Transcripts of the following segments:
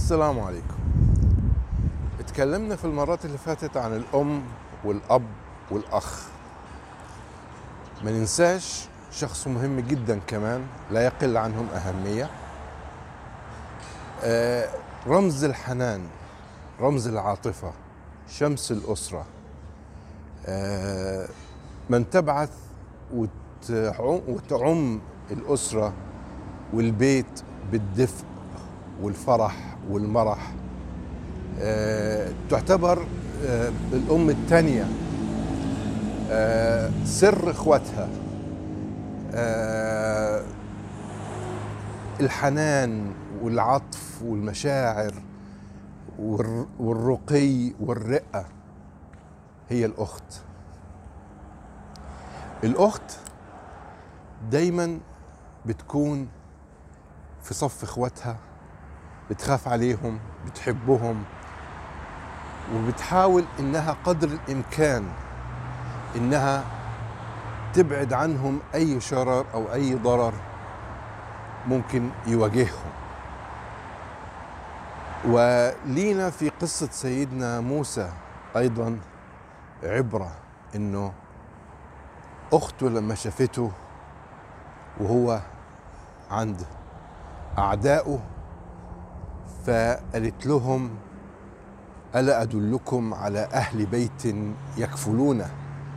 السلام عليكم. اتكلمنا في المرات اللي فاتت عن الأم والأب والأخ. ما ننساش شخص مهم جدا كمان لا يقل عنهم أهمية، رمز الحنان، رمز العاطفة، شمس الأسرة، من تبعث وتعم الأسرة والبيت بالدفء والفرح والمرح. تعتبر الأم الثانية سر إخوتها، الحنان والعطف والمشاعر والرقي والرقة هي الأخت. الأخت دايما بتكون في صف إخوتها، بتخاف عليهم، بتحبهم، وبتحاول إنها قدر الإمكان إنها تبعد عنهم أي شرر أو أي ضرر ممكن يواجههم. ولينا في قصة سيدنا موسى أيضا عبرة، إنه أخته لما شافته وهو عند أعدائه فقالت لهم: ألا أدلكم على أهل بيت يكفلونه.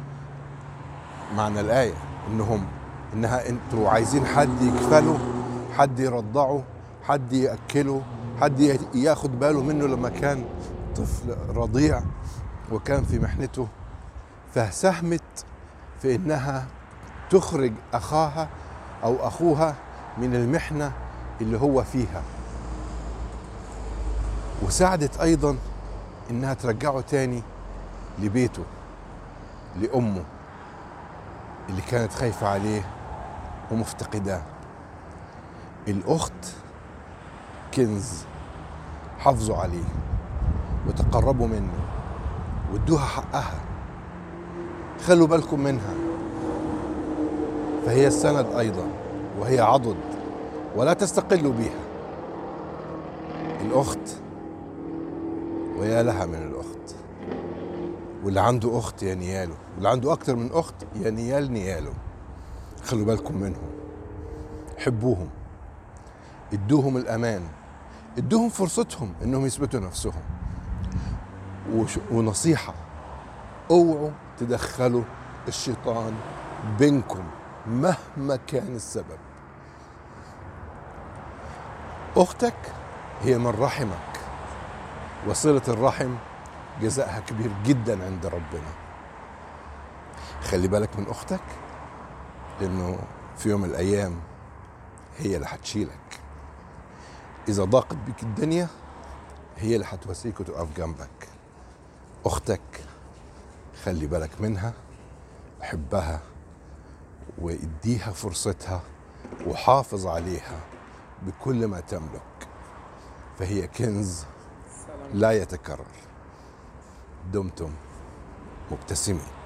معنى الآية إنها أنتوا عايزين حد يكفله، حد يرضعه، حد يأكله، حد ياخد باله منه لما كان طفل رضيع وكان في محنته. فساهمت في إنها تخرج أخاها أو أخوها من المحنة اللي هو فيها، وساعدت أيضا إنها ترجعه تاني لبيته، لأمه اللي كانت خايفة عليه ومفتقداه. الأخت كنز، حافظوا عليه وتقربوا منه وادوها حقها، خلوا بالكم منها، فهي السند أيضا وهي عضد، ولا تستقلوا بها. الأخت ويا لها من الأخت، واللي عنده أخت يا نياله، واللي عنده أكتر من أخت يا نيال نياله. خلوا بالكم منهم، حبوهم، ادوهم الأمان، ادوهم فرصتهم إنهم يثبتوا نفسهم. ونصيحة: اوعوا تدخلوا الشيطان بينكم مهما كان السبب. أختك هي من رحمك، وصلة الرحم جزاءها كبير جدا عند ربنا. خلي بالك من أختك، لأنه في يوم من الأيام هي اللي هتشيلك. إذا ضاقت بك الدنيا هي اللي هتواسيك وتقف جنبك. أختك خلي بالك منها، حبها واديها فرصتها وحافظ عليها بكل ما تملك، فهي كنز لا يتكرر. دمتم مبتسمين.